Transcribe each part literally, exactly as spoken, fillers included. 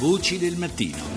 Voci del mattino.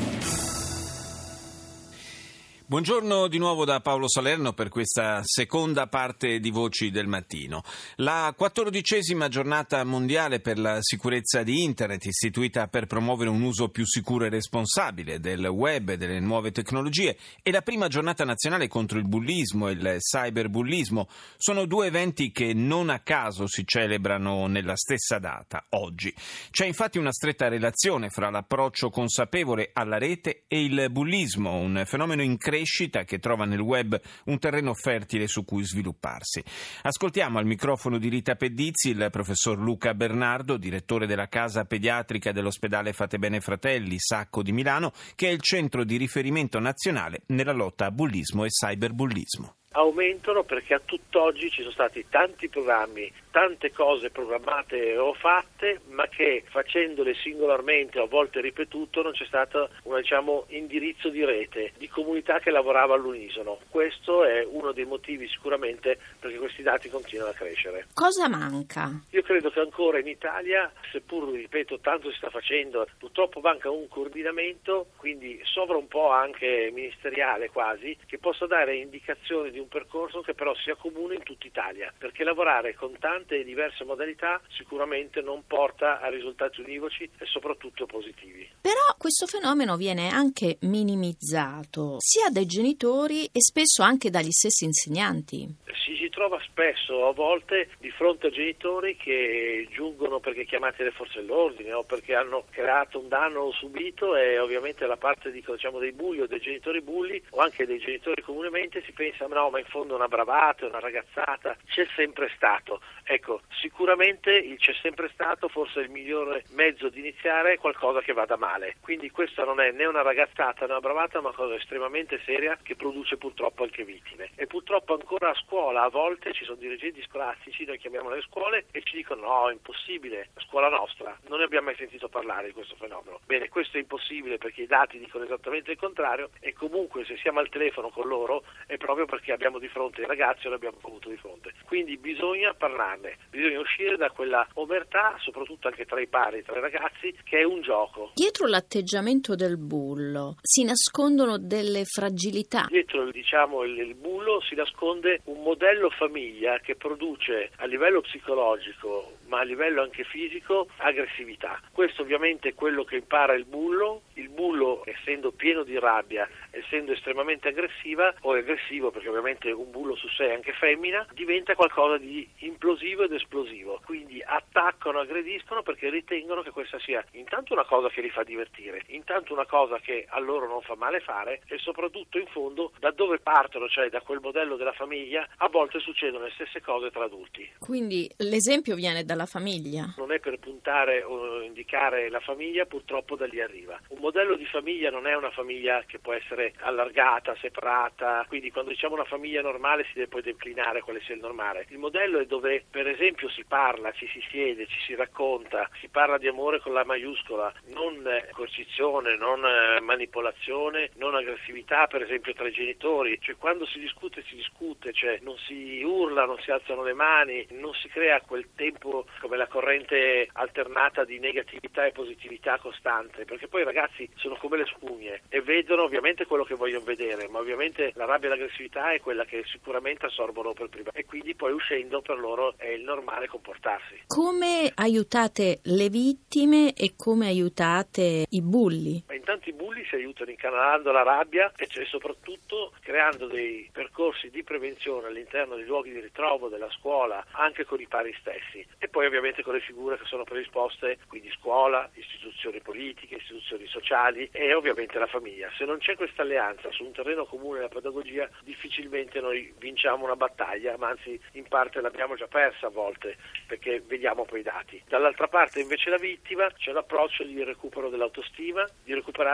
Buongiorno di nuovo da Paolo Salerno per questa seconda parte di Voci del Mattino. La quattordicesima giornata mondiale per la sicurezza di Internet, istituita per promuovere un uso più sicuro e responsabile del web e delle nuove tecnologie, e la prima giornata nazionale contro il bullismo e il cyberbullismo sono due eventi che non a caso si celebrano nella stessa data, oggi. C'è infatti una stretta relazione fra l'approccio consapevole alla rete e il bullismo, un fenomeno incredibile crescita che trova nel web un terreno fertile su cui svilupparsi. Ascoltiamo al microfono di Rita Pedizzi il professor Luca Bernardo, direttore della casa pediatrica dell'ospedale Fatebenefratelli Fratelli Sacco di Milano, che è il centro di riferimento nazionale nella lotta a bullismo e cyberbullismo. Aumentano perché a tutt'oggi ci sono stati tanti programmi, tante cose programmate o fatte, ma che facendole singolarmente o a volte ripetuto non c'è stato un diciamo, indirizzo di rete, di comunità che lavorava all'unisono. Questo è uno dei motivi sicuramente perché questi dati continuano a crescere. Cosa manca? Io credo che ancora in Italia, seppur ripeto tanto si sta facendo, purtroppo manca un coordinamento, quindi sovra un po' anche ministeriale quasi, che possa dare indicazioni di un percorso che però sia comune in tutta Italia, perché lavorare con tante e diverse modalità sicuramente non porta a risultati univoci e soprattutto positivi. Però questo fenomeno viene anche minimizzato sia dai genitori e spesso anche dagli stessi insegnanti. Si, si trova spesso a volte di fronte a genitori che giungono perché chiamati alle forze dell'ordine o perché hanno creato un danno o subito, e ovviamente la parte di, diciamo, dei bulli o dei genitori bulli o anche dei genitori comunemente si pensa no ma in fondo è una bravata, è una ragazzata, c'è sempre stato. Ecco, sicuramente il c'è sempre stato forse è il migliore mezzo di iniziare qualcosa che vada male. Quindi questa non è né una ragazzata né una bravata, ma una cosa estremamente seria che produce purtroppo anche vittime. E purtroppo ancora a scuola a volte ci sono dirigenti scolastici, noi chiamiamo le scuole, e ci dicono no, è impossibile, la scuola nostra, non ne abbiamo mai sentito parlare di questo fenomeno. Bene, questo è impossibile perché i dati dicono esattamente il contrario, e comunque se siamo al telefono con loro è proprio perché abbiamo di fronte i ragazzi o li abbiamo avuto di fronte. Quindi bisogna parlarne, bisogna uscire da quella omertà, soprattutto anche tra i pari, tra i ragazzi, che è un gioco. Dietro l'atteggiamento del bullo si nascondono delle fragilità. Dietro diciamo il, il bullo si nasconde un modello famiglia che produce a livello psicologico ma a livello anche fisico aggressività. Questo ovviamente è quello che impara il bullo. Il bullo, essendo pieno di rabbia, essendo estremamente aggressiva o aggressivo, perché ovviamente un bullo su sé è anche femmina, diventa qualcosa di implosivo ed esplosivo. Quindi attaccano, aggrediscono perché ritengono che questa sia intanto una cosa che li fa divertire, intanto una cosa che a loro non fa male fare, e soprattutto in fondo da dove partono, cioè da quel modello della famiglia, a volte succedono le stesse cose tra adulti. Quindi l'esempio viene dalla famiglia. Non è per puntare o indicare la famiglia, purtroppo da lì arriva. Un modello di famiglia non è una famiglia che può essere allargata, separata, quindi quando diciamo una famiglia normale si deve poi declinare quale sia il normale. Il modello è dove per esempio si parla, ci si siede, ci si racconta, si parla di amore con la maiuscola, non coercizione, non manipolazione, non aggressività per esempio tra i genitori, cioè quando si discute si discute, cioè non si urla, non si alzano le mani, non si crea quel tempo come la corrente alternata di negatività e positività costante, perché poi i ragazzi sono come le spugne e vedono ovviamente quello che vogliono vedere, ma ovviamente la rabbia e l'aggressività è quella che sicuramente assorbono per prima, e quindi poi uscendo per loro è il normale comportarsi. Come aiutate le vittime e come aiutate i bulli? Intanto i bulli si aiutano incanalando la rabbia e cioè soprattutto creando dei percorsi di prevenzione all'interno dei luoghi di ritrovo della scuola, anche con i pari stessi, e poi ovviamente con le figure che sono predisposte, quindi scuola, istituzioni politiche, istituzioni sociali e ovviamente la famiglia. Se non c'è questa alleanza su un terreno comune della pedagogia, difficilmente noi vinciamo una battaglia, ma anzi in parte l'abbiamo già persa a volte, perché vediamo poi i dati. Dall'altra parte invece la vittima c'è l'approccio di recupero dell'autostima, di recuperare quello che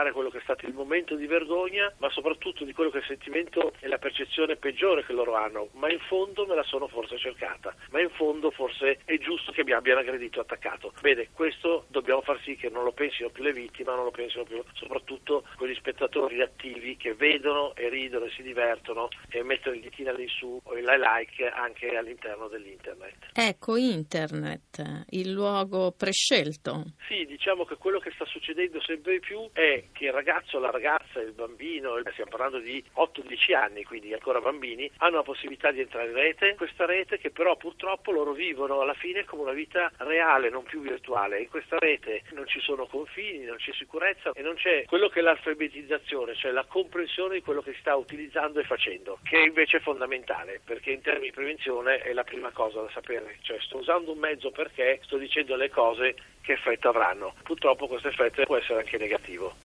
stato il momento di vergogna, ma soprattutto di quello che è il sentimento e la percezione peggiore che loro hanno, ma in fondo me la sono forse cercata, ma in fondo forse è giusto che mi abbiano aggredito e attaccato. Bene, questo dobbiamo far sì che non lo pensino più le vittime, non lo pensino più soprattutto quegli spettatori attivi che vedono e ridono e si divertono e mettono il ditino all'insù o il like anche all'interno dell'internet. Ecco, internet, il luogo prescelto. Sì, diciamo che quello che sta succedendo sempre di più è che il ragazzo, la ragazza, il bambino, stiamo parlando di otto dieci anni, quindi ancora bambini, hanno la possibilità di entrare in rete, questa rete che però purtroppo loro vivono alla fine come una vita reale, non più virtuale. In questa rete non ci sono confini, non c'è sicurezza e non c'è quello che è l'alfabetizzazione, cioè la comprensione di quello che si sta utilizzando e facendo, che invece è fondamentale, perché in termini di prevenzione è la prima cosa da sapere, cioè sto usando un mezzo perché sto dicendo le cose che effetto avranno. Purtroppo questo effetto può essere anche negativo.